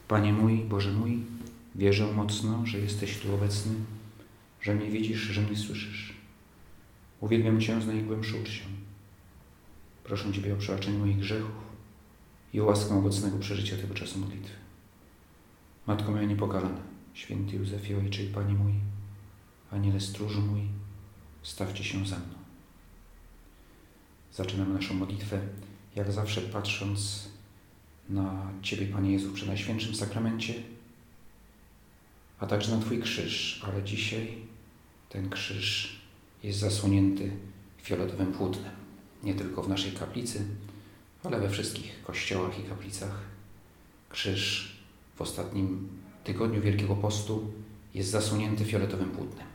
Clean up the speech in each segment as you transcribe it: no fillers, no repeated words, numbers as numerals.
Panie mój, Boże mój, wierzę mocno, że jesteś tu obecny, że mnie widzisz, że mnie słyszysz. Uwielbiam Cię z najgłębszą uczcią. Proszę Ciebie o przebaczenie moich grzechów i o łaskę owocnego przeżycia tego czasu modlitwy. Matko moja niepokalana, święty Józefie, Ojcze i Panie mój, Aniele stróżu mój, stawcie się za mną. Zaczynamy naszą modlitwę, jak zawsze patrząc na Ciebie, Panie Jezu, przy Najświętszym Sakramencie, a także na Twój krzyż, ale dzisiaj ten krzyż jest zasłonięty fioletowym płótnem. Nie tylko w naszej kaplicy, ale we wszystkich kościołach i kaplicach. Krzyż w ostatnim tygodniu Wielkiego Postu jest zasłonięty fioletowym płótnem.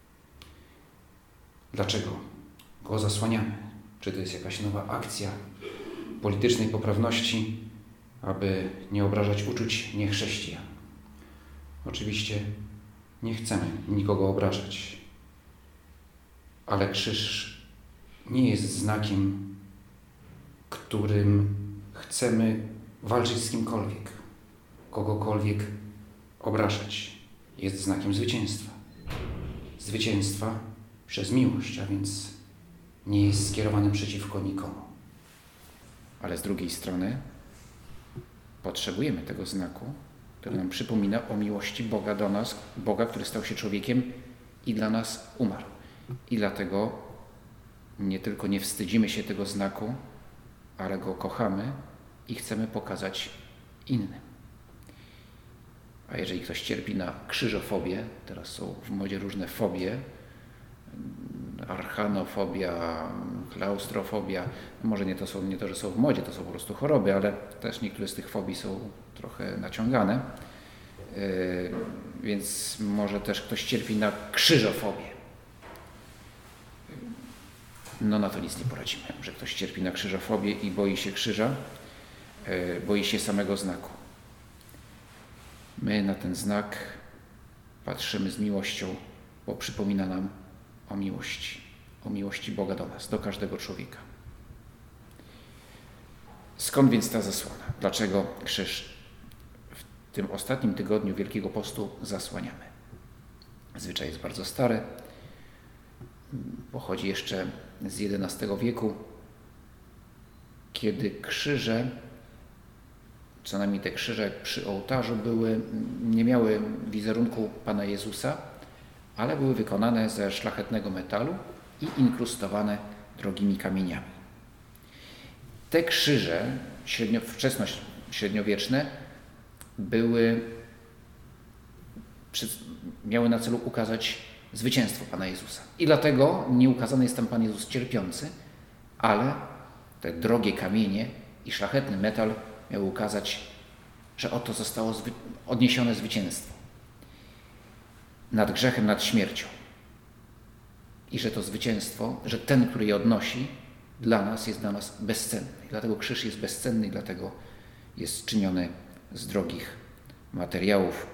Dlaczego go zasłaniamy? Czy to jest jakaś nowa akcja politycznej poprawności, aby nie obrażać uczuć niechrześcijan? Oczywiście nie chcemy nikogo obrażać, ale krzyż nie jest znakiem, którym chcemy walczyć z kimkolwiek, kogokolwiek obrażać. Jest znakiem zwycięstwa. Zwycięstwa przez miłość, a więc nie jest skierowany przeciwko nikomu. Ale z drugiej strony potrzebujemy tego znaku, który nam przypomina o miłości Boga do nas, Boga, który stał się człowiekiem i dla nas umarł. I dlatego nie tylko nie wstydzimy się tego znaku, ale go kochamy i chcemy pokazać innym. A jeżeli ktoś cierpi na krzyżofobię, teraz są w modzie różne fobie, archanofobia, klaustrofobia, może nie to, że są w modzie, to są po prostu choroby, ale też niektóre z tych fobii są trochę naciągane, więc może też ktoś cierpi na krzyżofobię. No na to nic nie poradzimy, że ktoś cierpi na krzyżofobię i boi się krzyża, boi się samego znaku. My na ten znak patrzymy z miłością, bo przypomina nam o miłości Boga do nas, do każdego człowieka. Skąd więc ta zasłona? Dlaczego krzyż w tym ostatnim tygodniu Wielkiego Postu zasłaniamy? Zwyczaj jest bardzo stary, pochodzi jeszcze z XI wieku, kiedy krzyże, co najmniej te krzyże przy ołtarzu nie miały wizerunku Pana Jezusa, ale były wykonane ze szlachetnego metalu i inkrustowane drogimi kamieniami. Te krzyże wczesnośredniowieczne miały na celu ukazać zwycięstwo Pana Jezusa. I dlatego nie ukazany jest tam Pan Jezus cierpiący, ale te drogie kamienie i szlachetny metal miały ukazać, że oto zostało odniesione zwycięstwo nad grzechem, nad śmiercią. I że to zwycięstwo, że ten, który je odnosi, jest dla nas bezcenny. I dlatego krzyż jest bezcenny, i dlatego jest czyniony z drogich materiałów.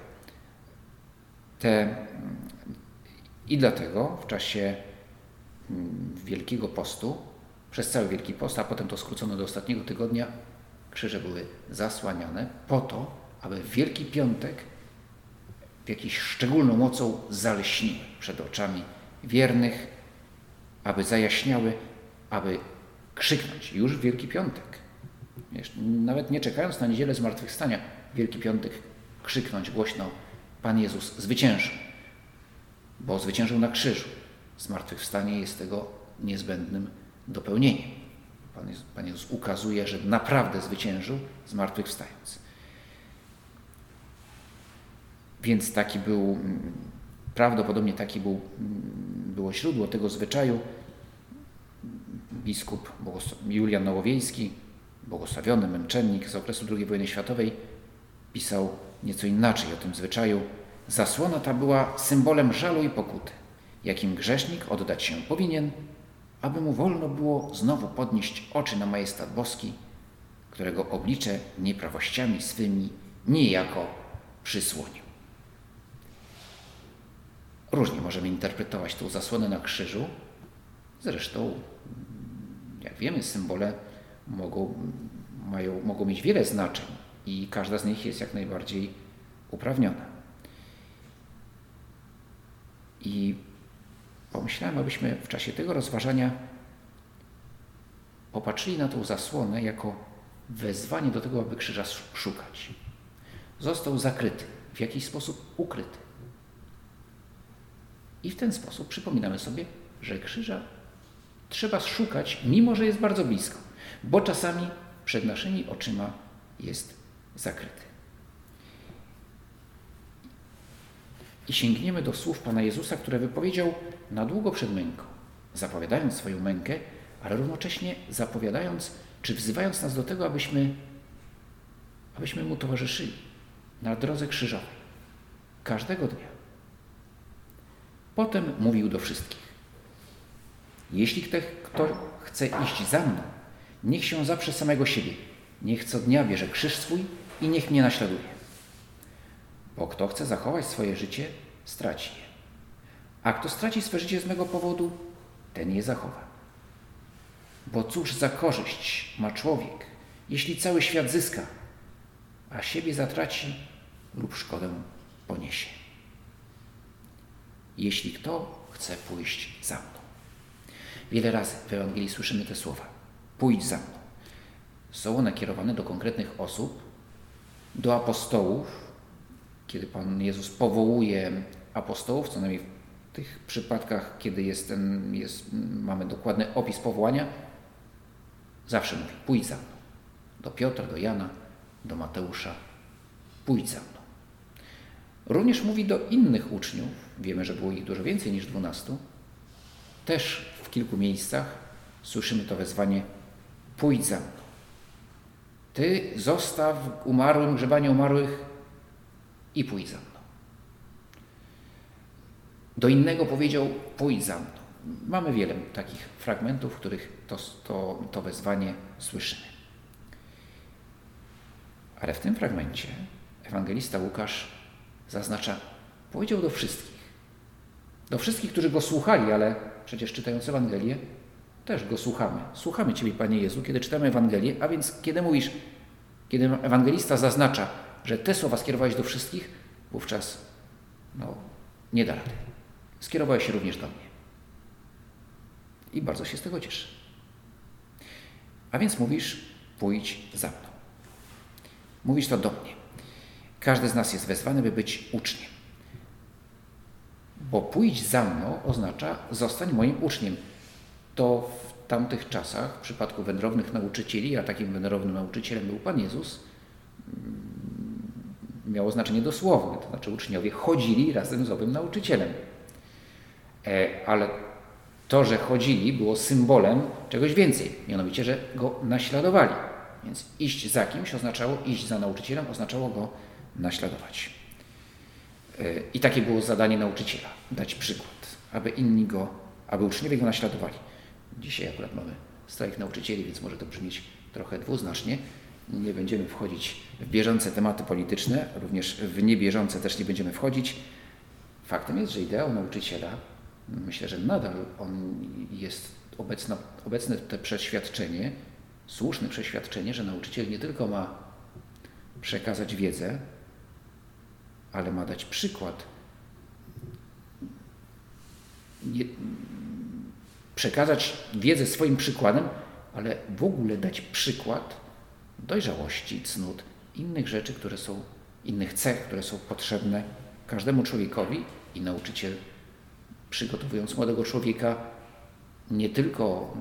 I dlatego w czasie Wielkiego Postu, przez cały Wielki Post, a potem to skrócono do ostatniego tygodnia, krzyże były zasłaniane po to, aby w Wielki Piątek w jakąś szczególną mocą zalśniły przed oczami wiernych, aby zajaśniały, aby krzyknąć już w Wielki Piątek. Nawet nie czekając na niedzielę zmartwychwstania, w Wielki Piątek krzyknąć głośno: Pan Jezus zwyciężył, bo zwyciężył na krzyżu. Zmartwychwstanie jest tego niezbędnym dopełnieniem. Pan Jezus ukazuje, że naprawdę zwyciężył, zmartwychwstając. Więc prawdopodobnie było źródło tego zwyczaju. Biskup Julian Nowowiejski, błogosławiony męczennik z okresu II wojny światowej, pisał nieco inaczej o tym zwyczaju. Zasłona ta była symbolem żalu i pokuty, jakim grzesznik oddać się powinien, aby mu wolno było znowu podnieść oczy na majestat boski, którego oblicze nieprawościami swymi niejako przysłonił. Różnie możemy interpretować tą zasłonę na krzyżu. Zresztą, jak wiemy, symbole mogą mieć wiele znaczeń i każda z nich jest jak najbardziej uprawniona. I pomyślałem, abyśmy w czasie tego rozważania popatrzyli na tą zasłonę jako wezwanie do tego, aby krzyża szukać. Został zakryty, w jakiś sposób ukryty. I w ten sposób przypominamy sobie, że krzyża trzeba szukać, mimo że jest bardzo blisko, bo czasami przed naszymi oczyma jest zakryty. I sięgniemy do słów Pana Jezusa, które wypowiedział na długo przed męką, zapowiadając swoją mękę, ale równocześnie zapowiadając, czy wzywając nas do tego, abyśmy Mu towarzyszyli na drodze krzyżowej, każdego dnia. Potem mówił do wszystkich: jeśli kto chce iść za mną, niech się zaprze samego siebie, niech co dnia bierze krzyż swój i niech mnie naśladuje. Bo kto chce zachować swoje życie, straci je. A kto straci swe życie z mego powodu, ten je zachowa. Bo cóż za korzyść ma człowiek, jeśli cały świat zyska, a siebie zatraci lub szkodę poniesie. Jeśli kto chce pójść za mną. Wiele razy w Ewangelii słyszymy te słowa: pójdź za mną. Są one kierowane do konkretnych osób, do apostołów, kiedy Pan Jezus powołuje apostołów, co najmniej w tych przypadkach, kiedy mamy dokładny opis powołania, zawsze mówi: pójdź za mną. Do Piotra, do Jana, do Mateusza: pójdź za mną. Również mówi do innych uczniów, wiemy, że było ich dużo więcej niż 12, też w kilku miejscach słyszymy to wezwanie: pójdź za mną. Ty zostaw umarłym grzebanie umarłych i pójdź za mną. Do innego powiedział: pójdź za mną. Mamy wiele takich fragmentów, w których to wezwanie słyszymy. Ale w tym fragmencie ewangelista Łukasz zaznacza: powiedział do wszystkich. Do wszystkich, którzy go słuchali, ale przecież czytając Ewangelię też go słuchamy. Słuchamy Ciebie, Panie Jezu, kiedy czytamy Ewangelię, a więc kiedy ewangelista zaznacza, że te słowa skierowałeś do wszystkich, wówczas nie da rady. Skierowałeś się również do mnie. I bardzo się z tego cieszę. A więc mówisz: pójdź za mną. Mówisz to do mnie. Każdy z nas jest wezwany, by być uczniem. Bo pójdź za mną oznacza: zostań moim uczniem. To w tamtych czasach, w przypadku wędrownych nauczycieli, a takim wędrownym nauczycielem był Pan Jezus, miało znaczenie dosłowne. To znaczy uczniowie chodzili razem z owym nauczycielem. Ale to, że chodzili, było symbolem czegoś więcej. Mianowicie, że go naśladowali. Więc iść za kimś oznaczało, iść za nauczycielem oznaczało go naśladować. I takie było zadanie nauczyciela: dać przykład, aby uczniowie go naśladowali. Dzisiaj akurat mamy strajk nauczycieli, więc może to brzmieć trochę dwuznacznie. Nie będziemy wchodzić w bieżące tematy polityczne, również w niebieżące też nie będziemy wchodzić. Faktem jest, że ideał nauczyciela, myślę, że nadal on jest obecne to przeświadczenie, słuszne przeświadczenie, że nauczyciel nie tylko ma przekazać wiedzę, ale ma dać przykład. Przekazać wiedzę swoim przykładem, ale w ogóle dać przykład dojrzałości, cnót, innych rzeczy, innych cech, które są potrzebne każdemu człowiekowi. I nauczyciel, przygotowując młodego człowieka, nie tylko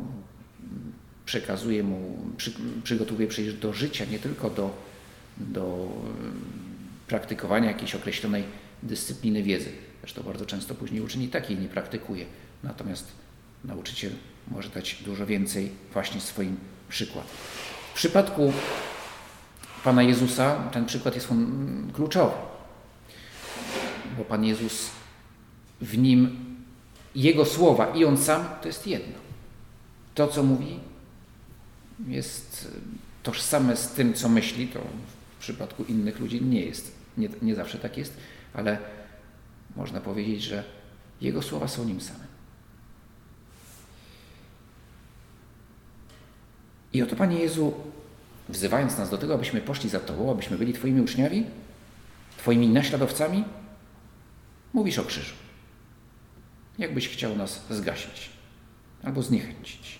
przygotowuje przecież do życia, nie tylko do praktykowania jakiejś określonej dyscypliny wiedzy. Zresztą bardzo często później uczeń takiej nie praktykuje. Natomiast nauczyciel może dać dużo więcej właśnie swoim przykładem. W przypadku Pana Jezusa ten przykład jest kluczowy, bo Pan Jezus, w Nim Jego słowa i On sam to jest jedno. To, co mówi, jest tożsame z tym, co myśli. To w przypadku innych ludzi nie jest. Nie zawsze tak jest, ale można powiedzieć, że Jego słowa są Nim samym. I oto, Panie Jezu, wzywając nas do tego, abyśmy poszli za Tobą, abyśmy byli Twoimi uczniami, Twoimi naśladowcami, mówisz o krzyżu. Jakbyś chciał nas zgasić albo zniechęcić.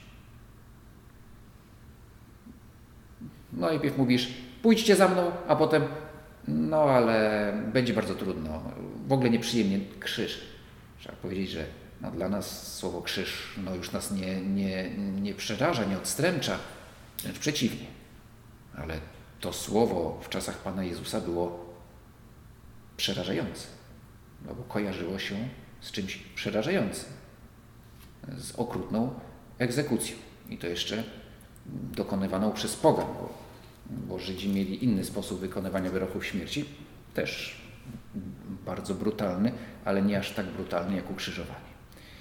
No najpierw mówisz, pójdźcie za mną, a potem, no ale będzie bardzo trudno, w ogóle nieprzyjemnie, krzyż. Trzeba powiedzieć, że dla nas słowo krzyż już nas nie przeraża, nie odstręcza, wręcz przeciwnie. Ale to słowo w czasach Pana Jezusa było przerażające, bo kojarzyło się z czymś przerażającym, z okrutną egzekucją. I to jeszcze dokonywaną przez pogan, bo Żydzi mieli inny sposób wykonywania wyroków śmierci, też bardzo brutalny, ale nie aż tak brutalny jak ukrzyżowanie.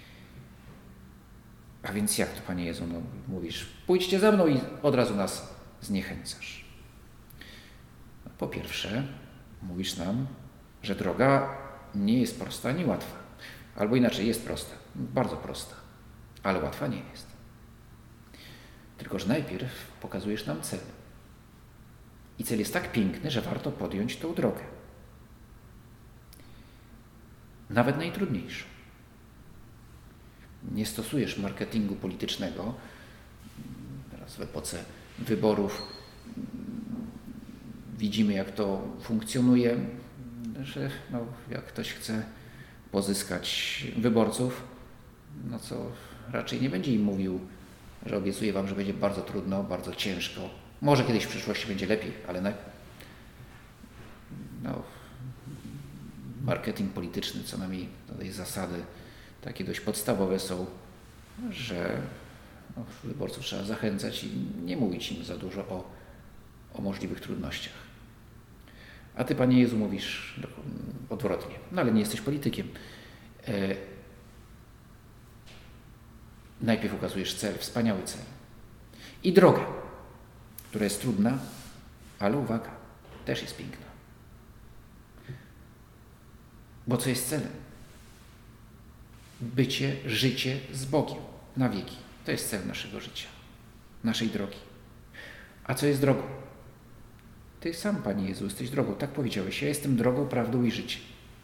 A więc jak to, Panie Jezu, mówisz, pójdźcie za mną i od razu nas zniechęcasz. Po pierwsze, mówisz nam, że droga nie jest prosta ani łatwa. Albo inaczej, jest prosta, bardzo prosta, ale łatwa nie jest. Tylko że najpierw pokazujesz nam cel. I cel jest tak piękny, że warto podjąć tą drogę. Nawet najtrudniejszą. Nie stosujesz marketingu politycznego. Teraz w epoce wyborów widzimy, jak to funkcjonuje, że jak ktoś chce pozyskać wyborców, co raczej nie będzie im mówił, że obiecuję wam, że będzie bardzo trudno, bardzo ciężko. Może kiedyś w przyszłości będzie lepiej, ale marketing polityczny, co najmniej tutaj zasady takie dość podstawowe są, że wyborców trzeba zachęcać i nie mówić im za dużo o możliwych trudnościach. A Ty, Panie Jezu, mówisz odwrotnie. Ale nie jesteś politykiem. Najpierw ukazujesz cel, wspaniały cel. I drogę, która jest trudna, ale uwaga, też jest piękna. Bo co jest celem? Życie z Bogiem na wieki. To jest cel naszego życia, naszej drogi. A co jest drogą? Ty sam, Panie Jezu, jesteś drogą. Tak powiedziałeś. Ja jestem drogą, prawdą i życiem.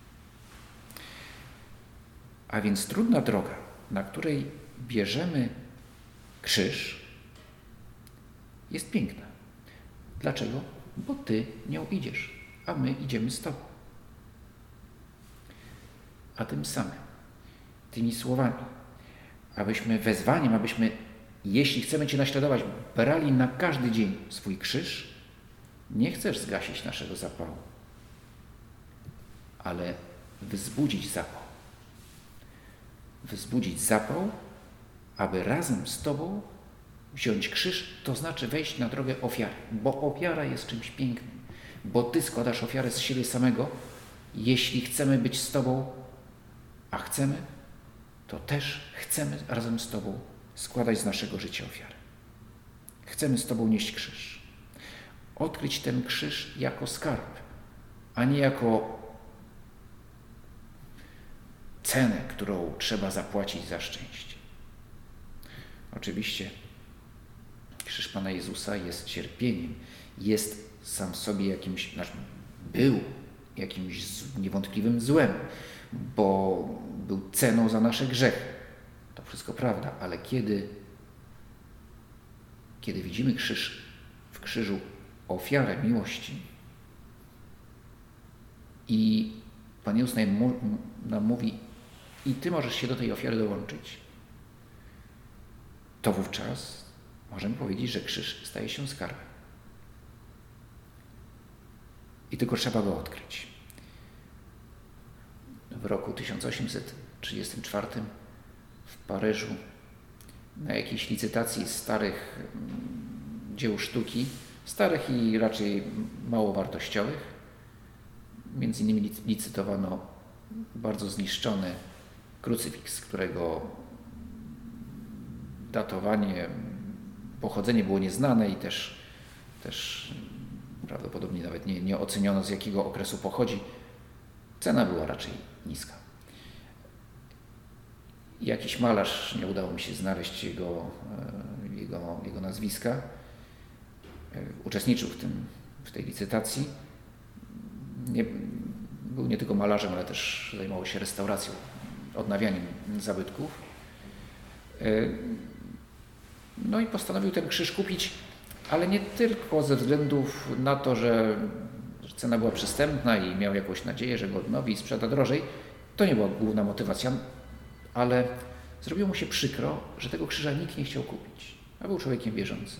A więc trudna droga, na której bierzemy krzyż, jest piękna. Dlaczego? Bo Ty nią idziesz, a my idziemy z Tobą. A tym samym, tymi słowami, abyśmy, jeśli chcemy Cię naśladować, brali na każdy dzień swój krzyż, nie chcesz zgasić naszego zapału, ale wzbudzić zapał. Wzbudzić zapał, aby razem z Tobą wziąć krzyż, to znaczy wejść na drogę ofiary, bo ofiara jest czymś pięknym, bo Ty składasz ofiarę z siebie samego. Jeśli chcemy być z Tobą, a chcemy, to też chcemy razem z Tobą składać z naszego życia ofiarę. Chcemy z Tobą nieść krzyż. Odkryć ten krzyż jako skarb, a nie jako cenę, którą trzeba zapłacić za szczęście. Oczywiście krzyż Pana Jezusa jest cierpieniem, jest sam w sobie był jakimś niewątpliwym złem, bo był ceną za nasze grzechy. To wszystko prawda, ale kiedy widzimy w krzyżu ofiarę miłości i Pan Jezus nam mówi, i Ty możesz się do tej ofiary dołączyć, to wówczas możemy powiedzieć, że krzyż staje się skarbem. I tylko trzeba go odkryć. W roku 1834 w Paryżu na jakiejś licytacji starych dzieł sztuki, starych i raczej mało wartościowych, między innymi licytowano bardzo zniszczony krucyfiks, którego datowanie, pochodzenie było nieznane i też prawdopodobnie nawet nie oceniono, z jakiego okresu pochodzi. Cena była raczej niska. Jakiś malarz, nie udało mi się znaleźć jego nazwiska, uczestniczył w tej licytacji. Był nie tylko malarzem, ale też zajmował się restauracją, odnawianiem zabytków. No i postanowił ten krzyż kupić, ale nie tylko ze względów na to, że cena była przystępna i miał jakąś nadzieję, że go odnowi i sprzeda drożej. To nie była główna motywacja, ale zrobiło mu się przykro, że tego krzyża nikt nie chciał kupić, a był człowiekiem wierzącym.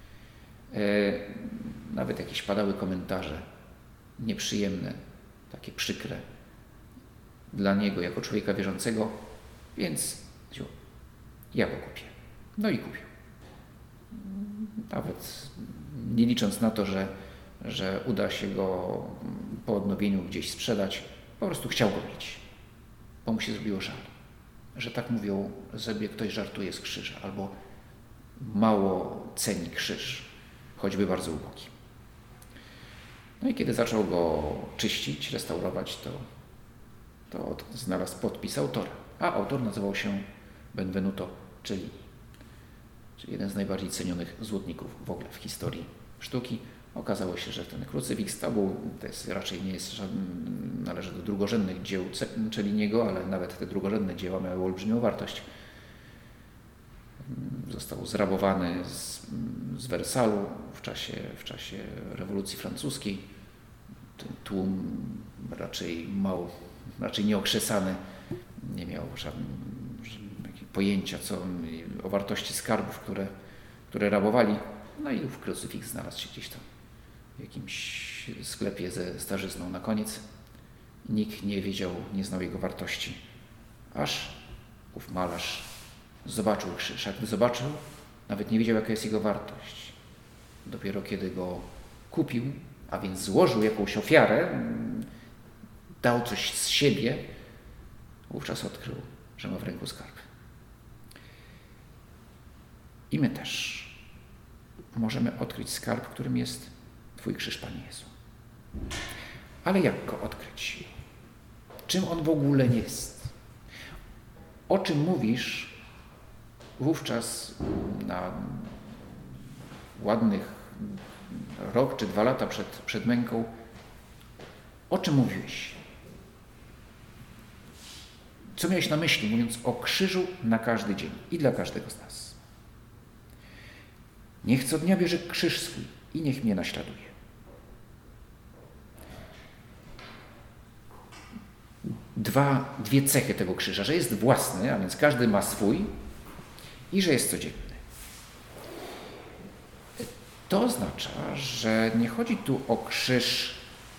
Nawet jakieś padały komentarze nieprzyjemne, takie przykre dla niego jako człowieka wierzącego, więc ja go kupię. No i kupił. Nawet nie licząc na to, że uda się go po odnowieniu gdzieś sprzedać, po prostu chciał go mieć, bo mu się zrobiło żal, że tak mówią, sobie ktoś żartuje z krzyża albo mało ceni krzyż, choćby bardzo ubogi. No i kiedy zaczął go czyścić, restaurować, to znalazł podpis autora, a autor nazywał się Benvenuto Cellini, czyli jeden z najbardziej cenionych złotników w ogóle w historii sztuki. Okazało się, że ten krucyfiks raczej nie jest należy do drugorzędnych dzieł Celliniego, ale nawet te drugorzędne dzieła miały olbrzymią wartość. Został zrabowany z Wersalu w czasie rewolucji francuskiej. Ten tłum raczej nieokrzesany, nie miał żadnego pojęcia o wartości skarbów, które rabowali. No i ów krucyfiks znalazł się gdzieś tam w jakimś sklepie ze starzyzną na koniec. Nikt nie wiedział, nie znał jego wartości, aż ów malarz zobaczył krzyż. Jak zobaczył, nawet nie wiedział, jaka jest jego wartość. Dopiero kiedy go kupił, a więc złożył jakąś ofiarę, dał coś z siebie, wówczas odkrył, że ma w ręku skarb. I my też możemy odkryć skarb, którym jest Twój krzyż, Panie Jezu. Ale jak go odkryć? Czym on w ogóle jest? O czym mówisz wówczas na ładnych rok czy 2 lata przed męką? O czym mówiłeś? Co miałeś na myśli, mówiąc o krzyżu na każdy dzień i dla każdego z nas? Niech co dnia bierze krzyż swój i niech mnie naśladuje. Dwie cechy tego krzyża, że jest własny, a więc każdy ma swój, i że jest codzienny. To oznacza, że nie chodzi tu o krzyż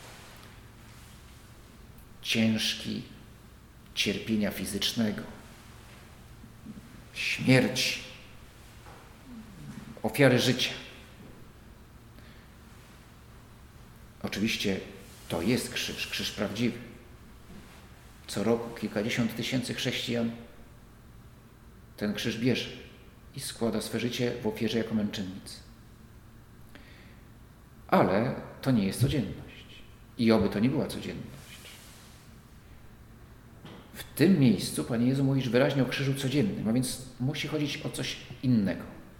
ciężki, cierpienia fizycznego, śmierci, ofiary życia. Oczywiście to jest krzyż prawdziwy. Co roku kilkadziesiąt tysięcy chrześcijan ten krzyż bierze i składa swe życie w ofierze jako męczennicy. Ale to nie jest codzienność. I oby to nie była codzienność. W tym miejscu, Panie Jezu, mówisz wyraźnie o krzyżu codziennym, a więc musi chodzić o coś innego.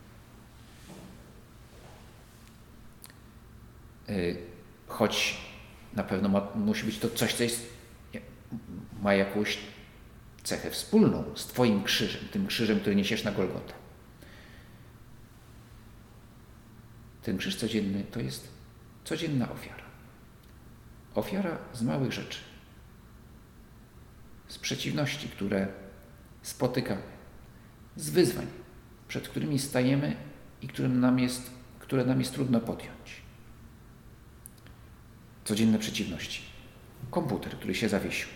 Choć na pewno musi być to coś, co ma jakąś cechę wspólną z Twoim krzyżem, tym krzyżem, który niesiesz na Golgotę. Ten krzyż codzienny to jest codzienna ofiara. Ofiara z małych rzeczy, z przeciwności, które spotykamy, z wyzwań, przed którymi stajemy i które nam jest trudno podjąć. Codzienne przeciwności. Komputer, który się zawiesił.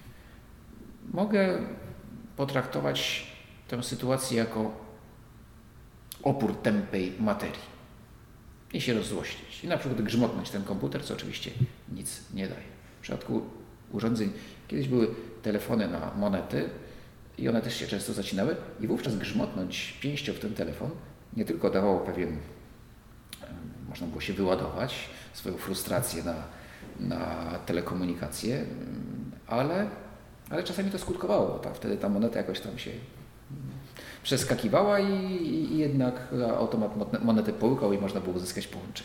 Mogę potraktować tę sytuację jako opór tępej materii i się rozzłościć. I na przykład grzmotnąć ten komputer, co oczywiście nic nie daje. W przypadku urządzeń, kiedyś były telefony na monety i one też się często zacinały i wówczas grzmotnąć pięścią w ten telefon nie tylko dawało pewien, można było się wyładować, swoją frustrację na telekomunikację, ale czasami to skutkowało, bo wtedy ta moneta jakoś tam się przeskakiwała i jednak automat monetę połykał i można było uzyskać połączenie.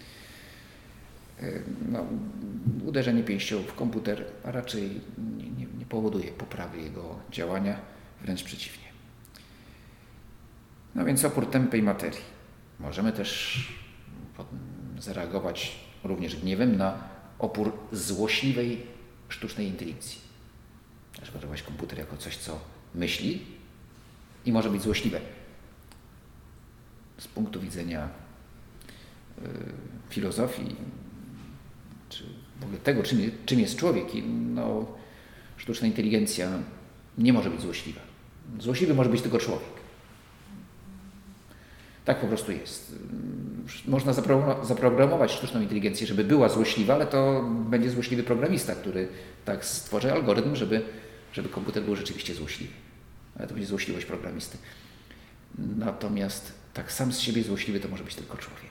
No, uderzenie pięścią w komputer raczej nie powoduje poprawy jego działania, wręcz przeciwnie. No więc opór tępej materii. Możemy też zareagować również gniewem na opór złośliwej sztucznej inteligencji. Trzeba traktować komputer jako coś, co myśli i może być złośliwe. Z punktu widzenia filozofii, czy w ogóle tego, czym jest człowiek, no, sztuczna inteligencja nie może być złośliwa. Złośliwy może być tylko człowiek. Tak po prostu jest. Można zaprogramować sztuczną inteligencję, żeby była złośliwa, ale to będzie złośliwy programista, który tak stworzy algorytm, żeby komputer był rzeczywiście złośliwy. Ale to będzie złośliwość programisty. Natomiast tak sam z siebie złośliwy to może być tylko człowiek.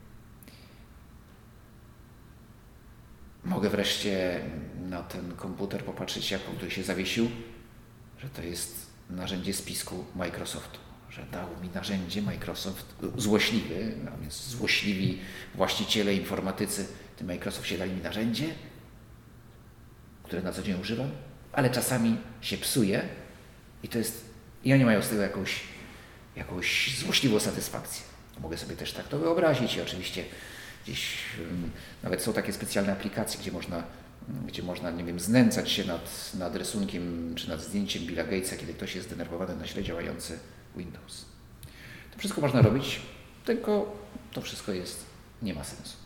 Mogę wreszcie na ten komputer popatrzeć, jak on tu się zawiesił, że to jest narzędzie spisku Microsoftu, że dał mi narzędzie Microsoft złośliwy, a więc złośliwi właściciele, informatycy, tym Microsoftie dali mi narzędzie, które na co dzień używam, ale czasami się psuje i oni mają z tego jakąś złośliwą satysfakcję. Mogę sobie też tak to wyobrazić i oczywiście gdzieś nawet są takie specjalne aplikacje, gdzie można, nie wiem, znęcać się nad rysunkiem czy nad zdjęciem Billa Gatesa, kiedy ktoś jest zdenerwowany na źle działający Windows. To wszystko można robić, tylko to wszystko nie ma sensu.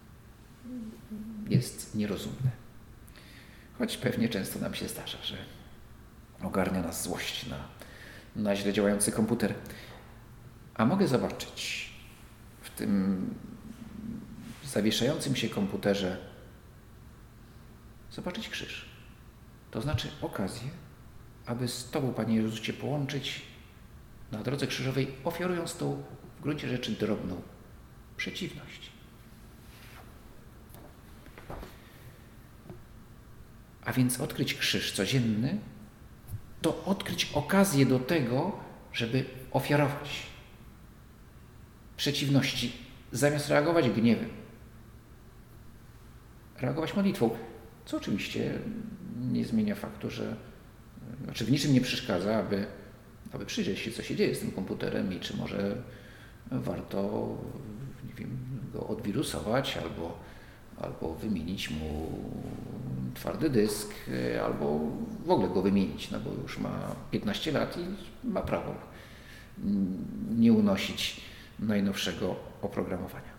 Jest nierozumne. Choć pewnie często nam się zdarza, że ogarnia nas złość na źle działający komputer. A mogę zobaczyć w tym zawieszającym się komputerze zobaczyć krzyż. To znaczy okazję, aby z Tobą, Panie Jezusie, Cię połączyć na drodze krzyżowej, ofiarując tą w gruncie rzeczy drobną przeciwność. A więc odkryć krzyż codzienny, to odkryć okazję do tego, żeby ofiarować przeciwności, zamiast reagować gniewem. Reagować modlitwą, co oczywiście nie zmienia faktu, w niczym nie przeszkadza, aby przyjrzeć się, co się dzieje z tym komputerem i czy może warto, nie wiem, go odwirusować albo wymienić mu twardy dysk, albo w ogóle go wymienić, no bo już ma 15 lat i ma prawo nie unosić najnowszego oprogramowania.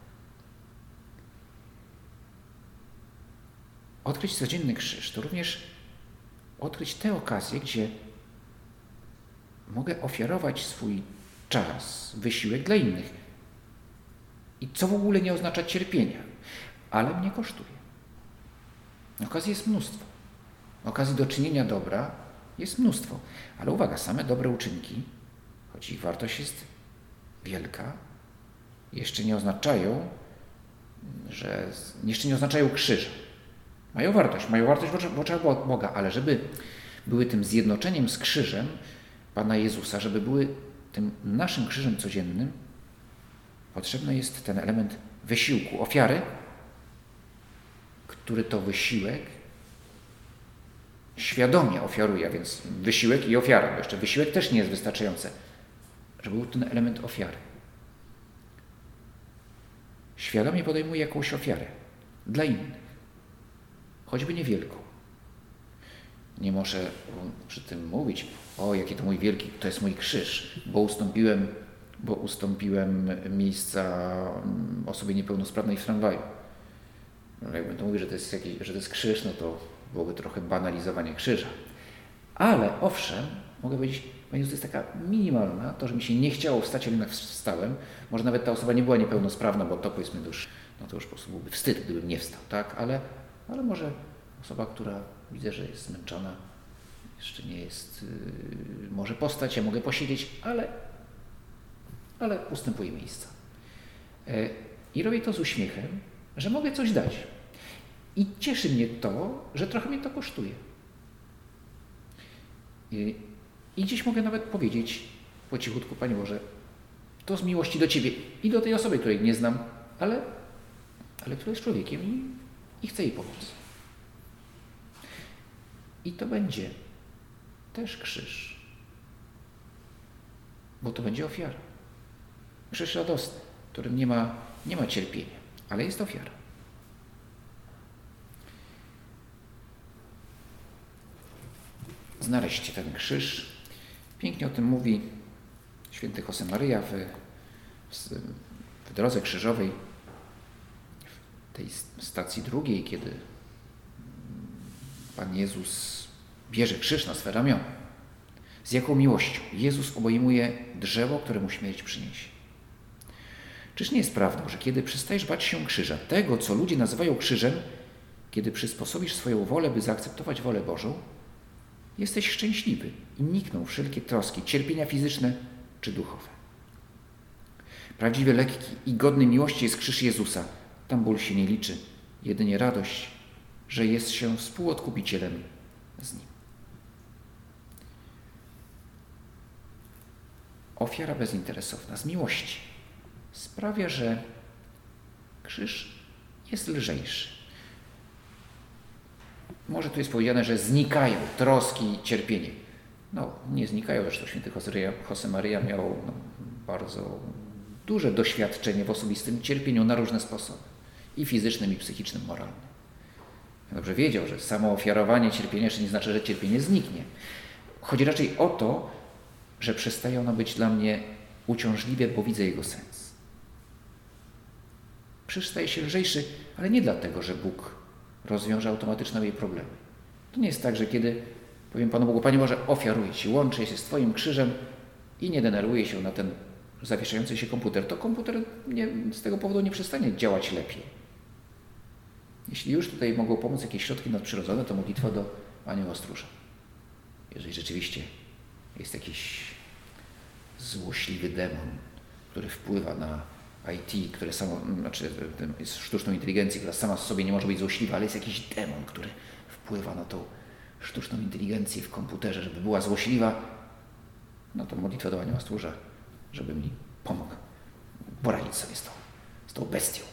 Odkryć codzienny krzyż to również odkryć te okazje, gdzie mogę ofiarować swój czas, wysiłek dla innych. I co w ogóle nie oznacza cierpienia, ale mnie kosztuje. Okazji jest mnóstwo. Okazji do czynienia dobra jest mnóstwo. Ale uwaga, same dobre uczynki, choć ich wartość jest wielka, jeszcze nie oznaczają krzyża. Mają wartość w oczach Boga, ale żeby były tym zjednoczeniem z krzyżem Pana Jezusa, żeby były tym naszym krzyżem codziennym, potrzebny jest ten element wysiłku, ofiary, który to wysiłek świadomie ofiaruje, a więc wysiłek i ofiara, bo jeszcze wysiłek też nie jest wystarczający, żeby był ten element ofiary. Świadomie podejmuje jakąś ofiarę dla innych, choćby niewielką. Nie może przy tym mówić, jaki to mój wielki, to jest mój krzyż, bo ustąpiłem miejsca osobie niepełnosprawnej w tramwaju. No, jakbym to mówił, że to jest krzyż, no to byłoby trochę banalizowanie krzyża. Ale owszem, mogę powiedzieć, Panie Jezu, to jest taka minimalna, to, że mi się nie chciało wstać, ale jednak wstałem. Może nawet ta osoba nie była niepełnosprawna, bo to powiedzmy to już po prostu byłby wstyd, gdybym nie wstał, tak? Ale może osoba, która widzę, że jest zmęczona, jeszcze nie jest, może postać, ja mogę posiedzieć, ale ustępuję miejsca. I robię to z uśmiechem, że mogę coś dać. I cieszy mnie to, że trochę mnie to kosztuje. I dziś mogę nawet powiedzieć po cichutku: Panie Boże, to z miłości do Ciebie i do tej osoby, której nie znam, ale która jest człowiekiem i chcę jej pomóc. I to będzie też krzyż, bo to będzie ofiara. Krzyż radosny, w którym nie ma cierpienia, ale jest ofiara. Znaleźć ten krzyż. Pięknie o tym mówi święty Josemaria w drodze krzyżowej, w tej stacji drugiej, kiedy Pan Jezus bierze krzyż na swe ramiona. Z jaką miłością Jezus obejmuje drzewo, które mu śmierć przyniesie. Czyż nie jest prawdą, że kiedy przestajesz bać się krzyża, tego, co ludzie nazywają krzyżem, kiedy przysposobisz swoją wolę, by zaakceptować wolę Bożą, jesteś szczęśliwy i nikną wszelkie troski, cierpienia fizyczne czy duchowe. Prawdziwie lekki i godny miłości jest krzyż Jezusa. Tam ból się nie liczy, jedynie radość, że jest się współodkupicielem z Nim. Ofiara bezinteresowna z miłości sprawia, że krzyż jest lżejszy. Może tu jest powiedziane, że znikają troski i cierpienie. Nie znikają, zresztą święty Josemaria miał bardzo duże doświadczenie w osobistym cierpieniu na różne sposoby. I fizycznym, i psychicznym, moralnym. Dobrze wiedział, że samo ofiarowanie cierpienia jeszcze nie znaczy, że cierpienie zniknie. Chodzi raczej o to, że przestaje ono być dla mnie uciążliwe, bo widzę jego sens. Krzyż staje się lżejszy, ale nie dlatego, że Bóg rozwiąże automatycznie moje problemy. To nie jest tak, że kiedy powiem Panu Bogu: Panie Boże, ofiaruję Ci, łączę się z Twoim krzyżem i nie denerwuję się na ten zawieszający się komputer, to komputer z tego powodu nie przestanie działać lepiej. Jeśli już tutaj mogą pomóc jakieś środki nadprzyrodzone, to modlitwa do anioła stróża. Jeżeli rzeczywiście jest jakiś złośliwy demon, który wpływa na IT, które jest sztuczną inteligencję, która sama z sobie nie może być złośliwa, ale jest jakiś demon, który wpływa na tą sztuczną inteligencję w komputerze, żeby była złośliwa, to modlitwa do anioła stróża, żeby mi pomógł poradzić sobie z tą bestią.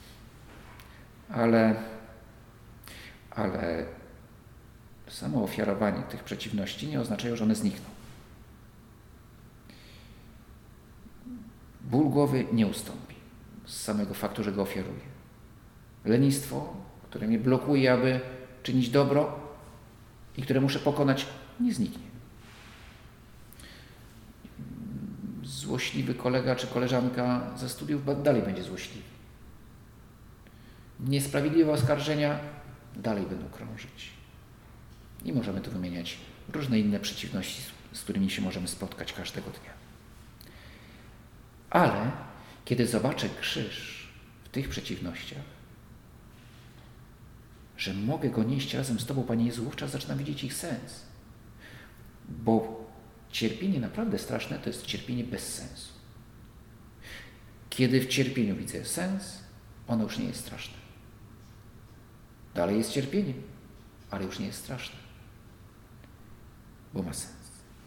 Ale samo ofiarowanie tych przeciwności nie oznacza, że one znikną. Ból głowy nie ustąpi z samego faktu, że go ofiaruję. Lenistwo, które mnie blokuje, aby czynić dobro i które muszę pokonać, nie zniknie. Złośliwy kolega czy koleżanka ze studiów dalej będzie złośliwy. Niesprawiedliwe oskarżenia dalej będą krążyć. I możemy tu wymieniać różne inne przeciwności, z którymi się możemy spotkać każdego dnia. Ale kiedy zobaczę krzyż w tych przeciwnościach, że mogę go nieść razem z Tobą, Panie Jezu, wówczas zaczynam widzieć ich sens. Bo cierpienie naprawdę straszne to jest cierpienie bez sensu. Kiedy w cierpieniu widzę sens, ono już nie jest straszne. Dalej jest cierpienie, ale już nie jest straszne, bo ma sens.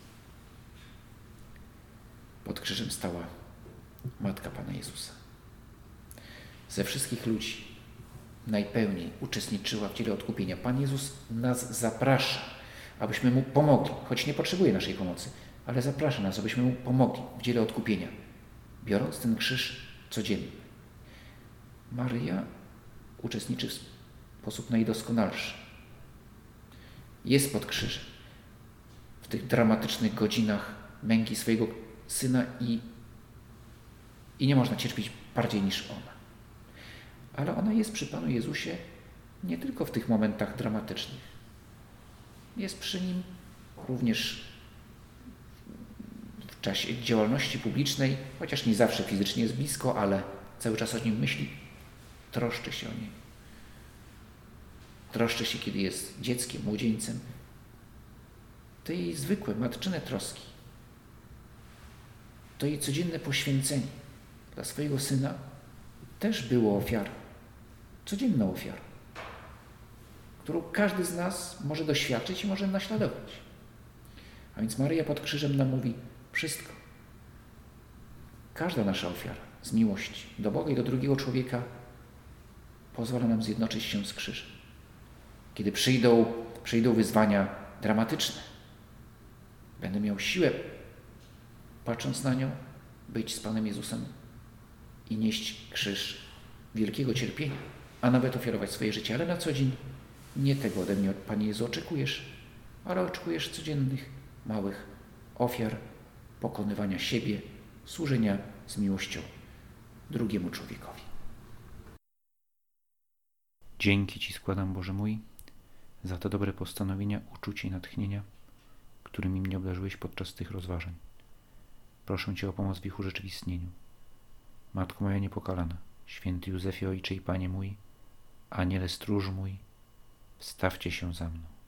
Pod krzyżem stała Matka Pana Jezusa. Ze wszystkich ludzi najpełniej uczestniczyła w dziele odkupienia. Pan Jezus nas zaprasza, abyśmy Mu pomogli, choć nie potrzebuje naszej pomocy, ale zaprasza nas, abyśmy Mu pomogli w dziele odkupienia, biorąc ten krzyż codziennie. Maryja uczestniczy w sposób najdoskonalszy. Jest pod krzyżem w tych dramatycznych godzinach męki swojego Syna i nie można cierpieć bardziej niż ona. Ale ona jest przy Panu Jezusie nie tylko w tych momentach dramatycznych. Jest przy Nim również w czasie działalności publicznej, chociaż nie zawsze fizycznie jest blisko, ale cały czas o Nim myśli, troszczy się o Niego. Troszczy się, kiedy jest dzieckiem, młodzieńcem. To jej zwykłe, matczyne troski. To jej codzienne poświęcenie dla swojego Syna też było ofiarą. Codzienną ofiarą, którą każdy z nas może doświadczyć i może naśladować. A więc Maryja pod krzyżem nam mówi: wszystko, każda nasza ofiara z miłości do Boga i do drugiego człowieka pozwala nam zjednoczyć się z krzyżem. Kiedy przyjdą wyzwania dramatyczne, będę miał siłę, patrząc na nią, być z Panem Jezusem i nieść krzyż wielkiego cierpienia, a nawet ofiarować swoje życie. Ale na co dzień nie tego ode mnie, Panie Jezu, oczekujesz, ale oczekujesz codziennych, małych ofiar, pokonywania siebie, służenia z miłością drugiemu człowiekowi. Dzięki Ci składam, Boże mój, za te dobre postanowienia, uczucie i natchnienia, którymi mnie obdarzyłeś podczas tych rozważań. Proszę Cię o pomoc w ich urzeczywistnieniu. Matko moja niepokalana, święty Józefie, Ojcze i Panie mój, Aniele stróż mój, wstawcie się za mną.